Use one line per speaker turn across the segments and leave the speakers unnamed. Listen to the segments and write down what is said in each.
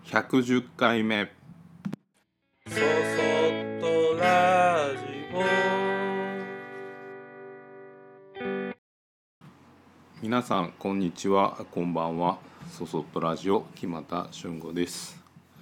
110回目
そそっとラジオ。
皆さんこんにちは、こんばんは。そそっとラジオ木俣俊吾です。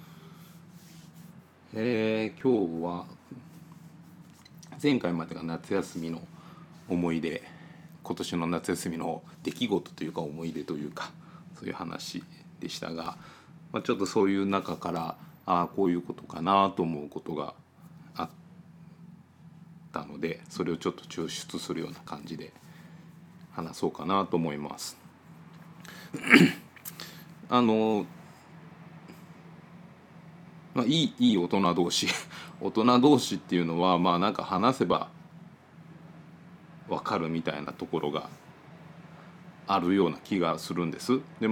今日は前回までが夏休みの思い出、今年の夏休みの出来事というか思い出というか、そういう話でしたが、ちょっとそういう中からこういうことかなと思うことがあったので、それをちょっと抽出するような感じで話そうかなと思います。あのいい大人同士大人同士っていうのはなんか話せば分かるみたいなところがあるような気がするんです。で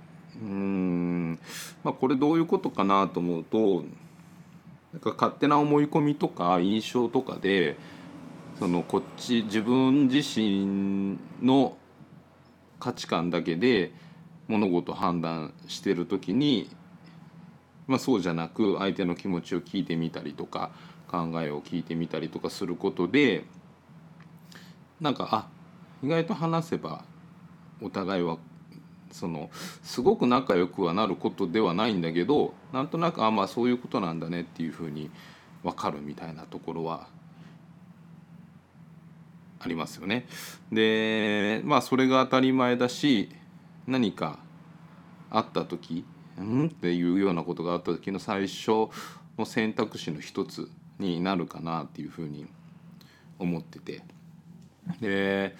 これどういうことかなと思うと、なんか勝手な思い込みとか印象とかで、自分自身の価値観だけで物事を判断してる時に、そうじゃなく相手の気持ちを聞いてみたりとか考えを聞いてみたりとかすることで、なんか意外と話せばお互いはすごく仲良くはなることではないんだけど、なんとなくそういうことなんだねっていうふうに分かるみたいなところはありますよね。でそれが当たり前だし、何かあった時っていうようなことがあった時の最初の選択肢の一つになるかなっていうふうに思ってて、で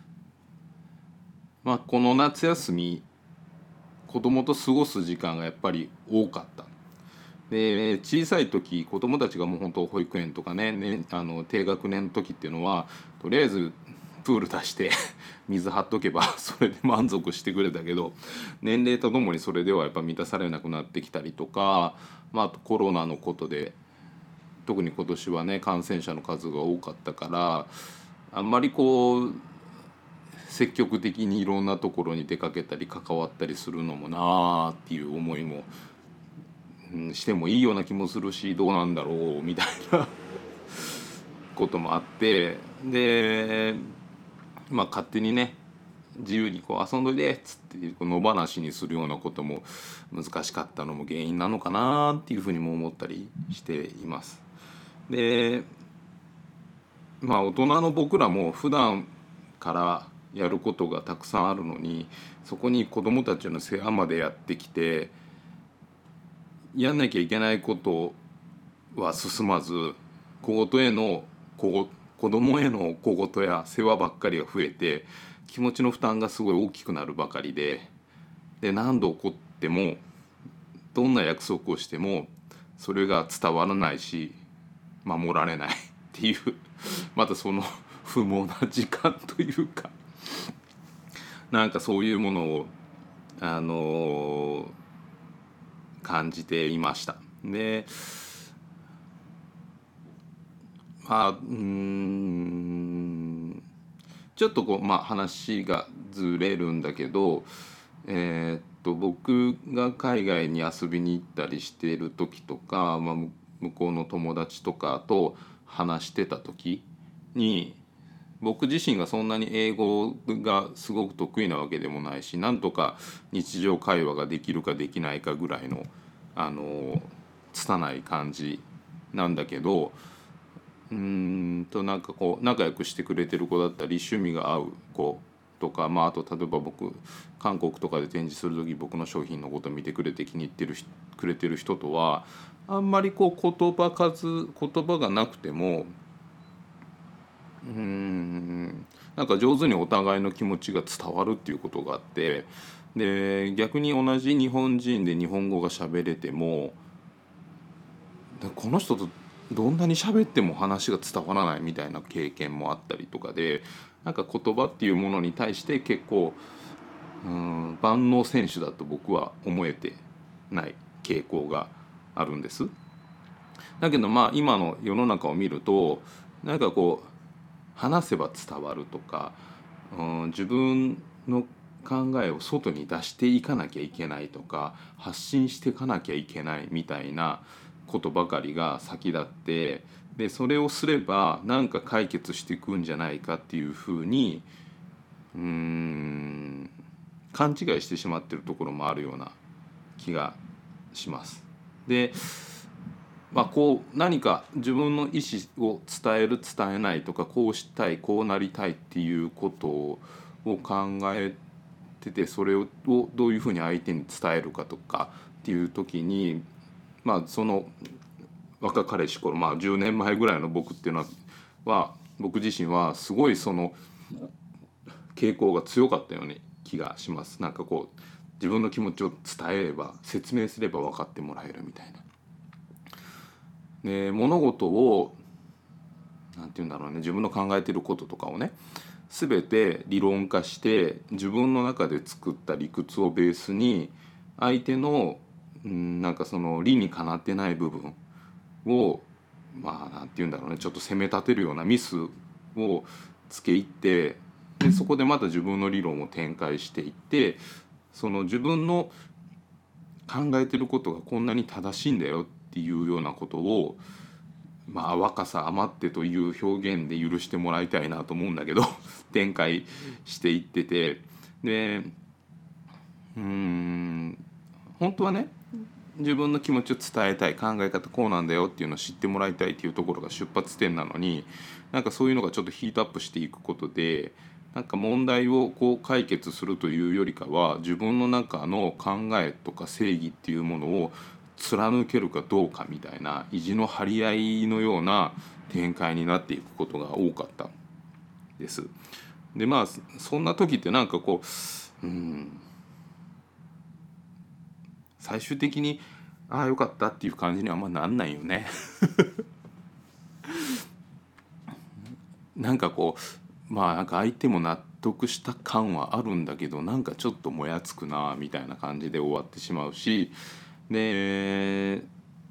この夏休み子供と過ごす時間がやっぱり多かった。で小さい時子供たちがもう本当保育園とかね、低学年の時っていうのはとりあえずプール出して水張っとけばそれで満足してくれたけど、年齢とともにそれではやっぱ満たされなくなってきたりとか、あとコロナのことで特に今年はね感染者の数が多かったから、あんまり積極的にいろんなところに出かけたり関わったりするのもなあっていう思いも、してもいいような気もするし、どうなんだろうみたいなこともあって、で勝手にね自由に遊んどいでっつって野放しにするようなことも難しかったのも原因なのかなっていうふうにも思ったりしています。で大人の僕らも普段からやることがたくさんあるのに、そこに子どもたちの世話までやってきて、やんなきゃいけないことは進まず、子供への小言や世話ばっかりが増えて、気持ちの負担がすごい大きくなるばかりで、何度起こってもどんな約束をしてもそれが伝わらないし守られないっていうまたその不毛な時間というか、なんかそういうものを感じていました。でちょっと話がずれるんだけど、僕が海外に遊びに行ったりしている時とか、向こうの友達とかと話してた時に、僕自身がそんなに英語がすごく得意なわけでもないし、なんとか日常会話ができるかできないかぐらいの拙い感じなんだけど、なんか仲良くしてくれてる子だったり趣味が合う子とか、あと例えば僕韓国とかで展示する時僕の商品のことを見てくれて気に入ってくれてる人とはあんまり言葉がなくてもなんか上手にお互いの気持ちが伝わるっていうことがあって、で逆に同じ日本人で日本語が喋れてもこの人とどんなに喋っても話が伝わらないみたいな経験もあったりとかで、なんか言葉っていうものに対して結構万能選手だと僕は思えてない傾向があるんです。だけど今の世の中を見ると、なんか話せば伝わるとか、自分の考えを外に出していかなきゃいけないとか発信していかなきゃいけないみたいなことばかりが先立って、でそれをすればなんか解決していくんじゃないかっていうふうに勘違いしてしまっているところもあるような気がします。でこう何か自分の意思を伝える伝えないとか、こうしたいこうなりたいっていうことを考えてて、それをどういうふうに相手に伝えるかとかっていう時に、その若かりし頃、10年前ぐらいの僕っていうのは僕自身はすごいその傾向が強かったような気がします。なんかこう自分の気持ちを伝えれば説明すれば分かってもらえるみたいな。で物事をなんて言うんだろうね、自分の考えてることとかをね全て理論化して自分の中で作った理屈をベースに相手のなんかその理にかなってない部分をなんて言うんだろうね、ちょっと責め立てるようなミスをつけ入って、でそこでまた自分の理論を展開していって、その自分の考えてることがこんなに正しいんだよっていうようなことを若さ余ってという表現で許してもらいたいなと思うんだけど展開していってて、で本当はね自分の気持ちを伝えたい、考え方こうなんだよっていうのを知ってもらいたいっていうところが出発点なのに、なんかそういうのがちょっとヒートアップしていくことで、なんか問題をこう解決するというよりかは自分の中の考えとか正義っていうものを貫けるかどうかみたいな意地の張り合いのような展開になっていくことが多かったです。でそんな時ってなんかこう最終的にああよかったっていう感じにはあんまなんないよねなんかこうなんか相手も納得した感はあるんだけど、なんかちょっともやつくなみたいな感じで終わってしまうし、で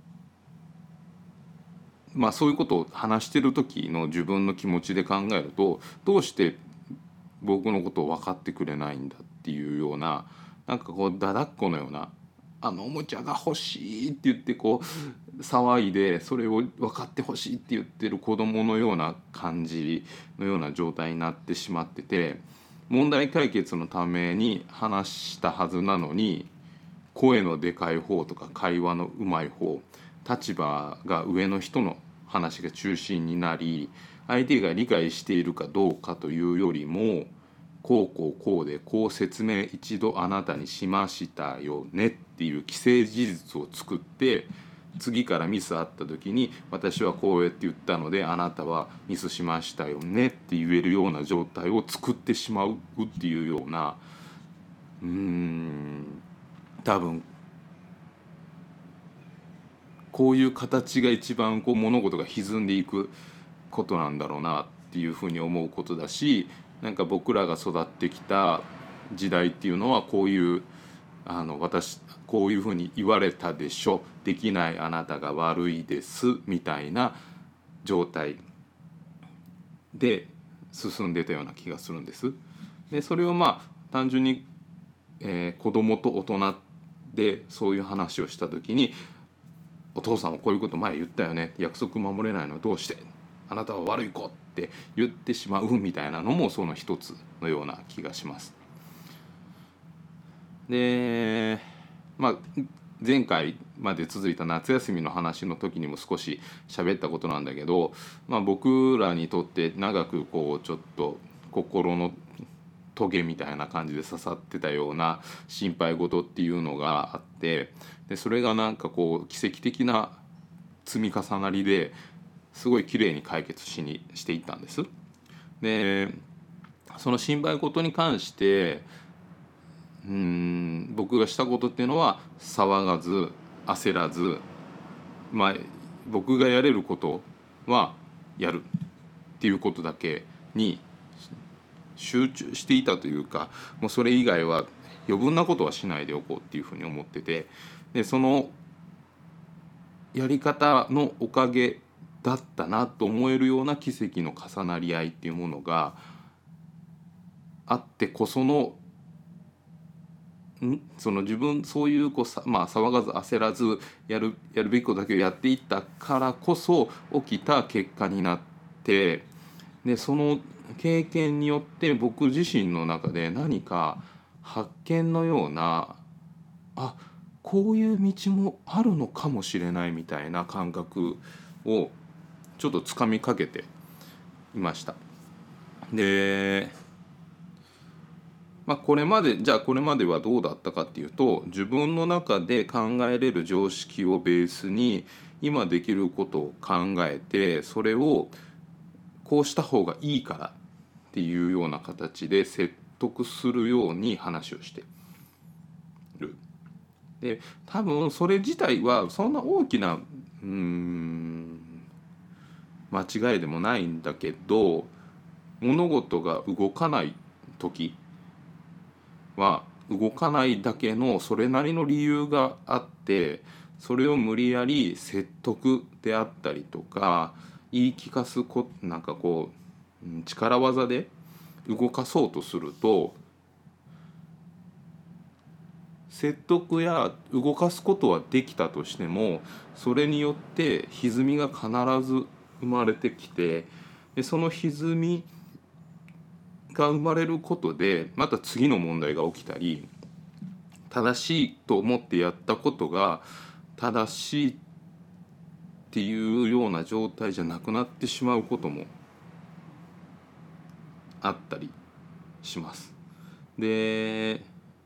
そういうことを話してる時の自分の気持ちで考えると、どうして僕のことを分かってくれないんだっていうような、なんかこうだだっこのような、おもちゃが欲しいって言ってこう騒いでそれを分かってほしいって言ってる子供のような感じのような状態になってしまってて、問題解決のために話したはずなのに声のでかい方とか会話のうまい方、立場が上の人の話が中心になり、相手が理解しているかどうかというよりも、こうこうこうでこう説明一度あなたにしましたよねっていう既成事実を作って、次からミスあった時に私はこうやって言ったのであなたはミスしましたよねって言えるような状態を作ってしまうっていうような、多分こういう形が一番こう物事が歪んでいくことなんだろうなっていうふうに思うことだし、なんか僕らが育ってきた時代っていうのはこういう私こういうふうに言われたでしょ、できないあなたが悪いですみたいな状態で進んでたような気がするんです。でそれを単純に、子供と大人でそういう話をした時に、お父さんはこういうこと前言ったよね、約束守れないのはどうして、あなたは悪い子って言ってしまうみたいなのもその一つのような気がします。で前回まで続いた夏休みの話の時にも少し喋ったことなんだけど、僕らにとって長くこうちょっと心のトゲみたいな感じで刺さってたような心配事っていうのがあって、でそれがなんかこう奇跡的な積み重なりですごい綺麗に解決していったんです。でその心配事に関して僕がしたことっていうのは騒がず焦らず、僕がやれることはやるっていうことだけに集中していたというか、もうそれ以外は余分なことはしないでおこうっていうふうに思ってて、でそのやり方のおかげだったなと思えるような奇跡の重なり合いっていうものがあってこそのその自分そういう騒がず焦らずやるべきことだけをやっていったからこそ起きた結果になって、でその経験によって僕自身の中で何か発見のような、こういう道もあるのかもしれないみたいな感覚をちょっとつかみかけていました。でこれまではどうだったかっていうと、自分の中で考えれる常識をベースに今できることを考えて、それをこうした方がいいからっていうような形で説得するように話をしてる。で多分それ自体はそんな大きな間違いでもないんだけど、物事が動かない時は動かないだけのそれなりの理由があって、それを無理やり説得であったりとか言い聞かす力技で動かそうとすると、説得や動かすことはできたとしても、それによって歪みが必ず生まれてきて、でその歪みが生まれることでまた次の問題が起きたり、正しいと思ってやったことが正しいっていうような状態じゃなくなってしまうこともあったりします。で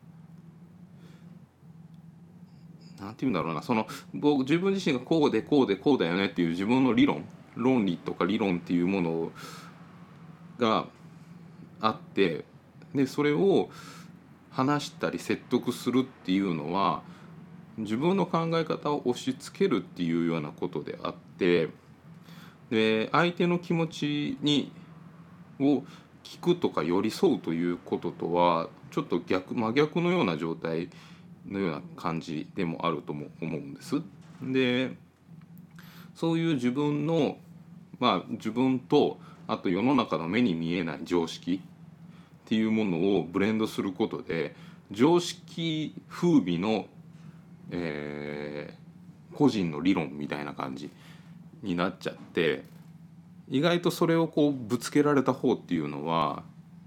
なんていうんだろうな、僕自分自身がこうでこうでこうだよねっていう自分の論理とか理論っていうものがあって、でそれを話したり説得するっていうのは自分の考え方を押し付けるっていうようなことであって、で相手の気持ちを聞くとか寄り添うということとはちょっと真逆のような状態のような感じでもあるとも思うんです。でそういう自分とあと世の中の目に見えない常識っていうものをブレンドすることで、常識風味の、個人の理論みたいな感じになっちゃって、意外とそれをぶつけられた方っていうのは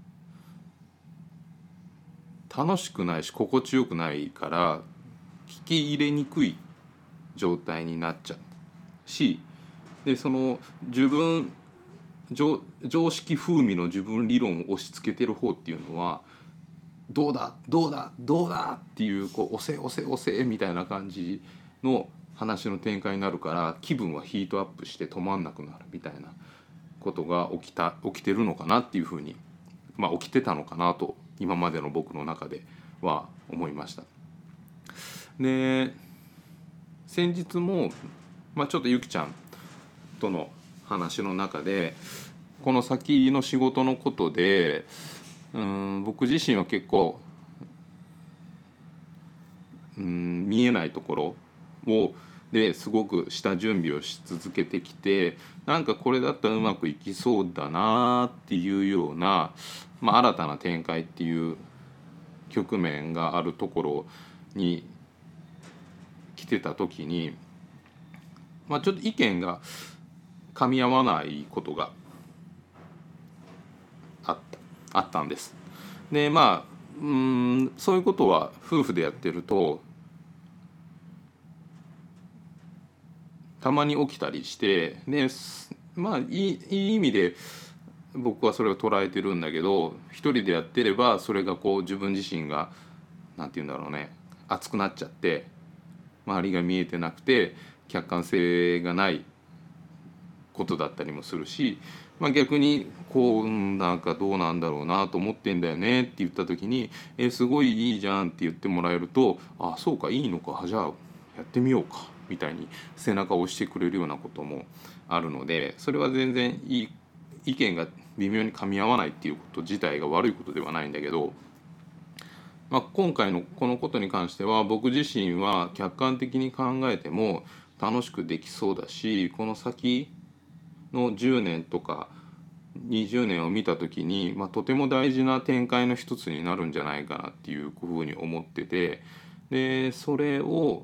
楽しくないし心地よくないから、聞き入れにくい状態になっちゃうし、でその常識風味の自分理論を押し付けてる方っていうのはどうだっていう、押せみたいな感じの話の展開になるから、気分はヒートアップして止まんなくなるみたいなことが起きてるのかなっていうふうに、起きてたのかなと今までの僕の中では思いました。で先日も、ちょっとゆきちゃんとの話の中でこの先の仕事のことで僕自身は結構見えないところですごく下準備をし続けてきて、なんかこれだったらうまくいきそうだなっていうような、新たな展開っていう局面があるところに来てた時に、ちょっと意見が噛み合わないことがあったんです。でそういうことは夫婦でやってるとたまに起きたりして、でいい意味で僕はそれを捉えてるんだけど、一人でやってればそれが自分自身がなんて言うんだろうね、熱くなっちゃって周りが見えてなくて客観性がないことだったりもするし、逆になんかどうなんだろうなと思ってんだよねって言った時にすごいいいじゃんって言ってもらえると、そうかいいのか、じゃあやってみようかみたいに背中を押してくれるようなこともあるので、それは全然意見が微妙に噛み合わないっていうこと自体が悪いことではないんだけど、今回のこのことに関しては僕自身は客観的に考えても楽しくできそうだし、この先の10年とか 20年を見た時に、とても大事な展開の一つになるんじゃないかなっていうふうに思ってて、でそれを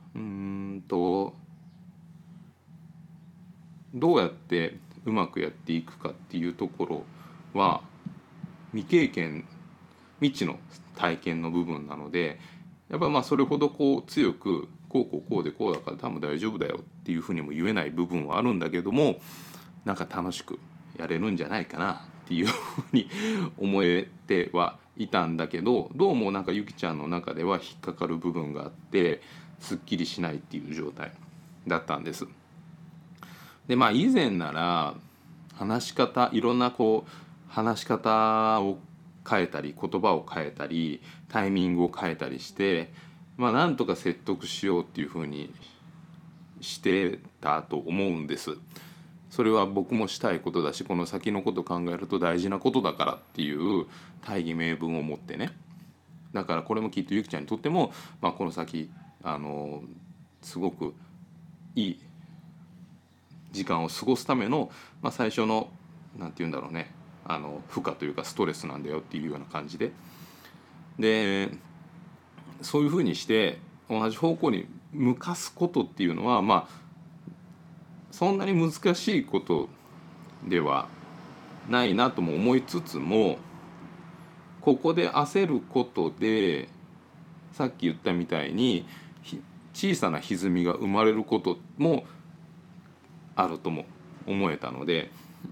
どうやってうまくやっていくかっていうところは未経験未知の体験の部分なので、やっぱそれほどこう強くこうでこうだから多分大丈夫だよっていうふうにも言えない部分はあるんだけども、なんか楽しくやれるんじゃないかなっていうふうに思えてはいたんだけど、どうもなんかゆきちゃんの中では引っかかる部分があってすっきりしないっていう状態だったんです。で以前なら話し方いろんな話し方を変えたり言葉を変えたりタイミングを変えたりしてなんとか説得しようっていうふうにしてたと思うんです。それは僕もしたいことだしこの先のことを考えると大事なことだからっていう大義名分を持ってね。だからこれもきっとゆきちゃんにとっても、この先すごくいい時間を過ごすための、最初のなんて言うんだろうね負荷というかストレスなんだよっていうような感じでそういうふうにして同じ方向に向かすことっていうのはそんなに難しいことではないなとも思いつつも、ここで焦ることでさっき言ったみたいに小さな歪みが生まれることもあるとも思えたので、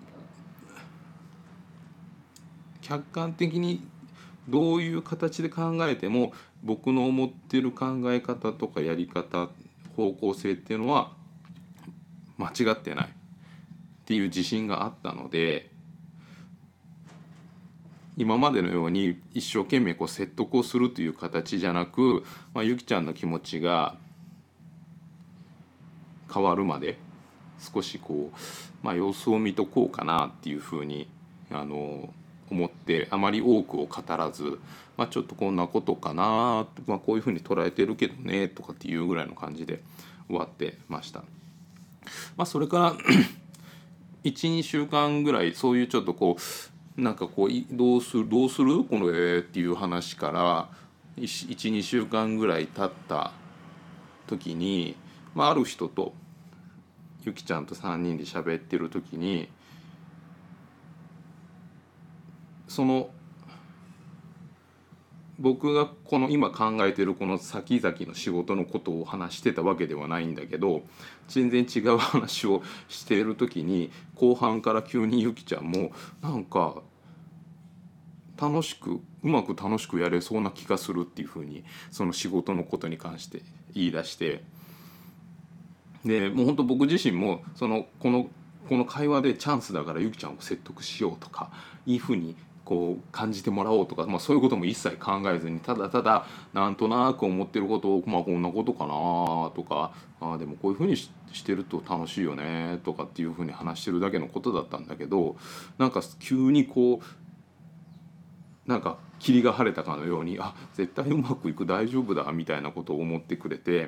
客観的にどういう形で考えても僕の思ってる考え方とかやり方方向性っていうのは間違ってないっていう自信があったので、今までのように一生懸命説得をするという形じゃなく、ゆきちゃんの気持ちが変わるまで少し様子を見とこうかなっていうふうに思って、あまり多くを語らず、ちょっとこんなことかな、こういうふうに捉えてるけどねとかっていうぐらいの感じで終わってました。それから12週間ぐらいそういうちょっとどうするこのっていう話から12週間ぐらい経った時に、ある人とゆきちゃんと3人で喋ってる時に、その僕がこの今考えてるこの先々の仕事のことを話してたわけではないんだけど、全然違う話をしている時に後半から急にゆきちゃんもなんかうまく楽しくやれそうな気がするっていうふうにその仕事のことに関して言い出して、でもう本当僕自身もこの会話でチャンスだからゆきちゃんを説得しようとかいうふうに感じてもらおうとか、そういうことも一切考えずにただただなんとなく思ってることを、こんなことかなとか、でもこういうふうにしてると楽しいよねとかっていうふうに話してるだけのことだったんだけど、なんか急になんか霧が晴れたかのように絶対うまくいく大丈夫だみたいなことを思ってくれて、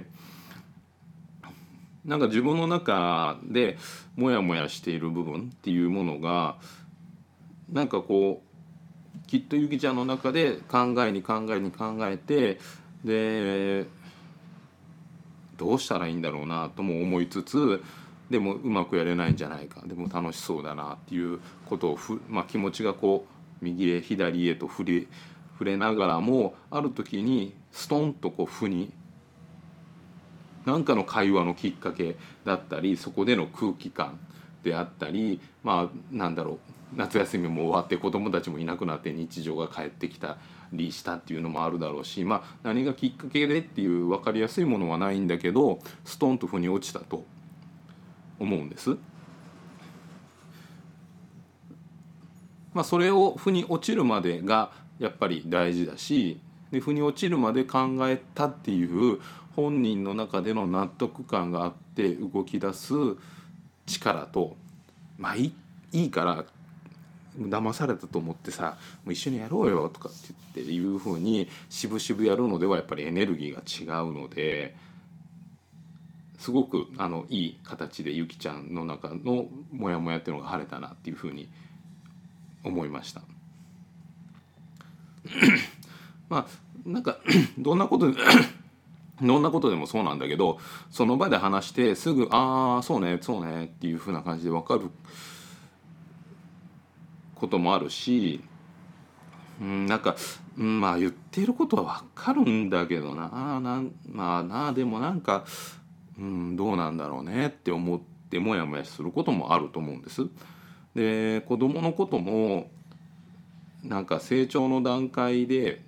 なんか自分の中でモヤモヤしている部分っていうものがなんかきっとゆきちゃんの中で考えて、でどうしたらいいんだろうなとも思いつつ、でもうまくやれないんじゃないか、でも楽しそうだなっていうことを気持ちが右へ左へと触れながらも、ある時にストンと負に何かの会話のきっかけだったり、そこでの空気感であったり、なんだろう、夏休みも終わって子どもたちもいなくなって日常が帰ってきたりしたっていうのもあるだろうし、何がきっかけでっていう分かりやすいものはないんだけど、ストンと腑に落ちたと思うんです。それを腑に落ちるまでがやっぱり大事だし、で腑に落ちるまで考えたっていう本人の中での納得感があって動き出す力と、いいから騙されたと思ってさもう一緒にやろうよとかっていうふうに渋々やるのではやっぱりエネルギーが違うので、すごくいい形でゆきちゃんの中のモヤモヤっていうのが晴れたなっていうふうに思いました。まあなんかどんなことでもそうなんだけど、その場で話してすぐああそうねそうねっていう風な感じで分かることもあるし、まあ言ってることは分かるんだけどでもどうなんだろうねって思ってモヤモヤすることもあると思うんです。で子供のことも成長の段階で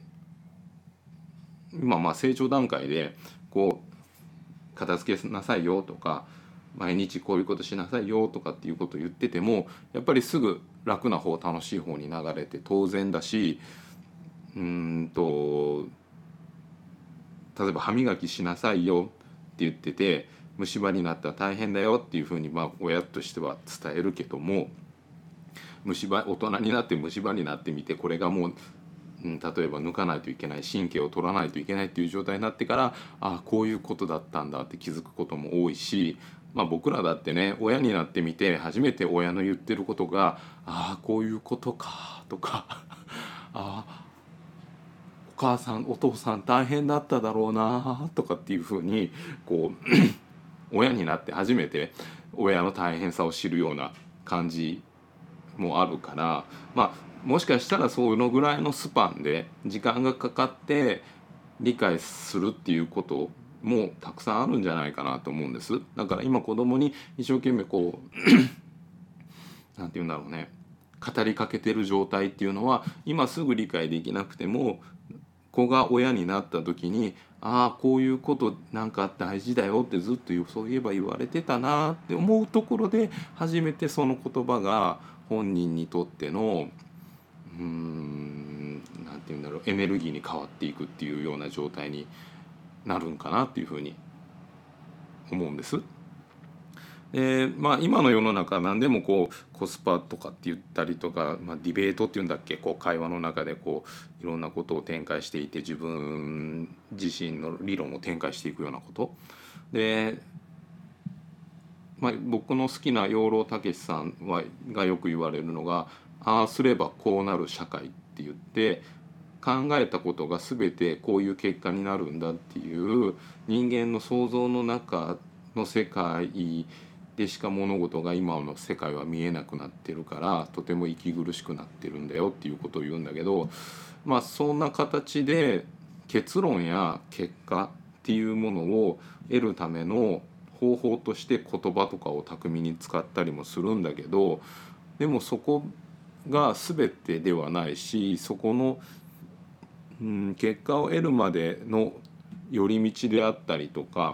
今成長段階で片付けなさいよとか毎日こういうことしなさいよとかっていうことを言っててもやっぱりすぐ楽な方楽しい方に流れて当然だし、例えば歯磨きしなさいよって言ってて虫歯になったら大変だよっていうふうに親としては伝えるけども、大人になって虫歯になってみてこれがもう例えば抜かないといけない神経を取らないといけないっていう状態になってからこういうことだったんだって気づくことも多いし、僕らだってね親になってみて初めて親の言ってることがこういうことかとかお母さんお父さん大変だっただろうなとかっていうふうに親になって初めて親の大変さを知るような感じもあるから、もしかしたらそのぐらいのスパンで時間がかかって理解するっていうこともたくさんあるんじゃないかなと思うんです。だから今子供に一生懸命なんて言うんだろうね、語りかけてる状態っていうのは今すぐ理解できなくても子が親になった時にこういうこと大事だよってずっとそういえば言われてたなって思うところで初めてその言葉が本人にとってのなんて言うんだろうエネルギーに変わっていくっていうような状態になるんかなっていうふうに思うんです。今の世の中何でもコスパとかって言ったりとか、ディベートっていうんだっけ会話の中でいろんなことを展開していて自分自身の理論を展開していくようなことで、僕の好きな養老孟司さんがよく言われるのがああすればこうなる社会って言って考えたことが全てこういう結果になるんだっていう人間の想像の中の世界でしか物事が今の世界は見えなくなってるからとても息苦しくなってるんだよっていうことを言うんだけど、そんな形で結論や結果っていうものを得るための方法として言葉とかを巧みに使ったりもするんだけど、でもそこが全てではないしそこの、結果を得るまでの寄り道であったりとか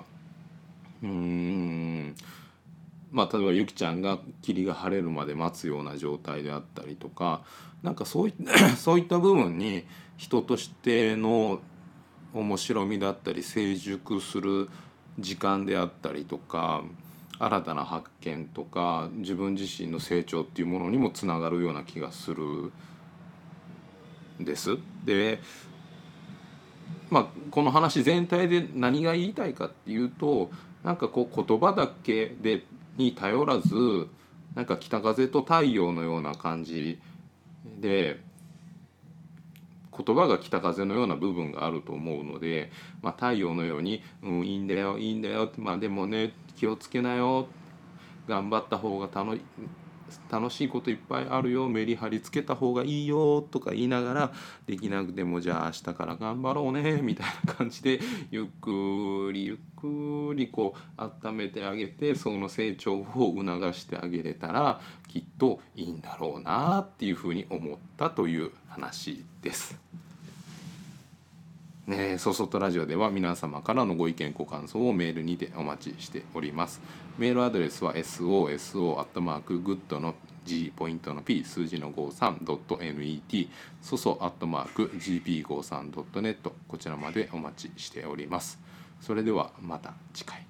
例えばゆきちゃんが霧が晴れるまで待つような状態であったりとかそういった部分に人としての面白みだったり成熟する時間であったりとか新たな発見とか自分自身の成長っていうものにもつながるような気がするんです。でこの話全体で何が言いたいかっていうと言葉だけに頼らず北風と太陽のような感じで言葉が北風のような部分があると思うので、太陽のように「いいんだよいいんだよ」でもね気をつけなよ頑張った方が楽しいこといっぱいあるよメリハリつけた方がいいよとか言いながらできなくてもじゃあ明日から頑張ろうねみたいな感じでゆっくりゆっくり温めてあげてその成長を促してあげれたらきっといいんだろうなっていうふうに思ったという話です。そそとラジオでは皆様からのご意見ご感想をメールにてお待ちしております。メールアドレスは soso@good の G ポイントの P 数字の 53.net そそ @gp53.net こちらまでお待ちしております。それではまた次回。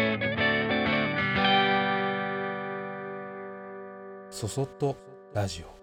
そそっとラジオ。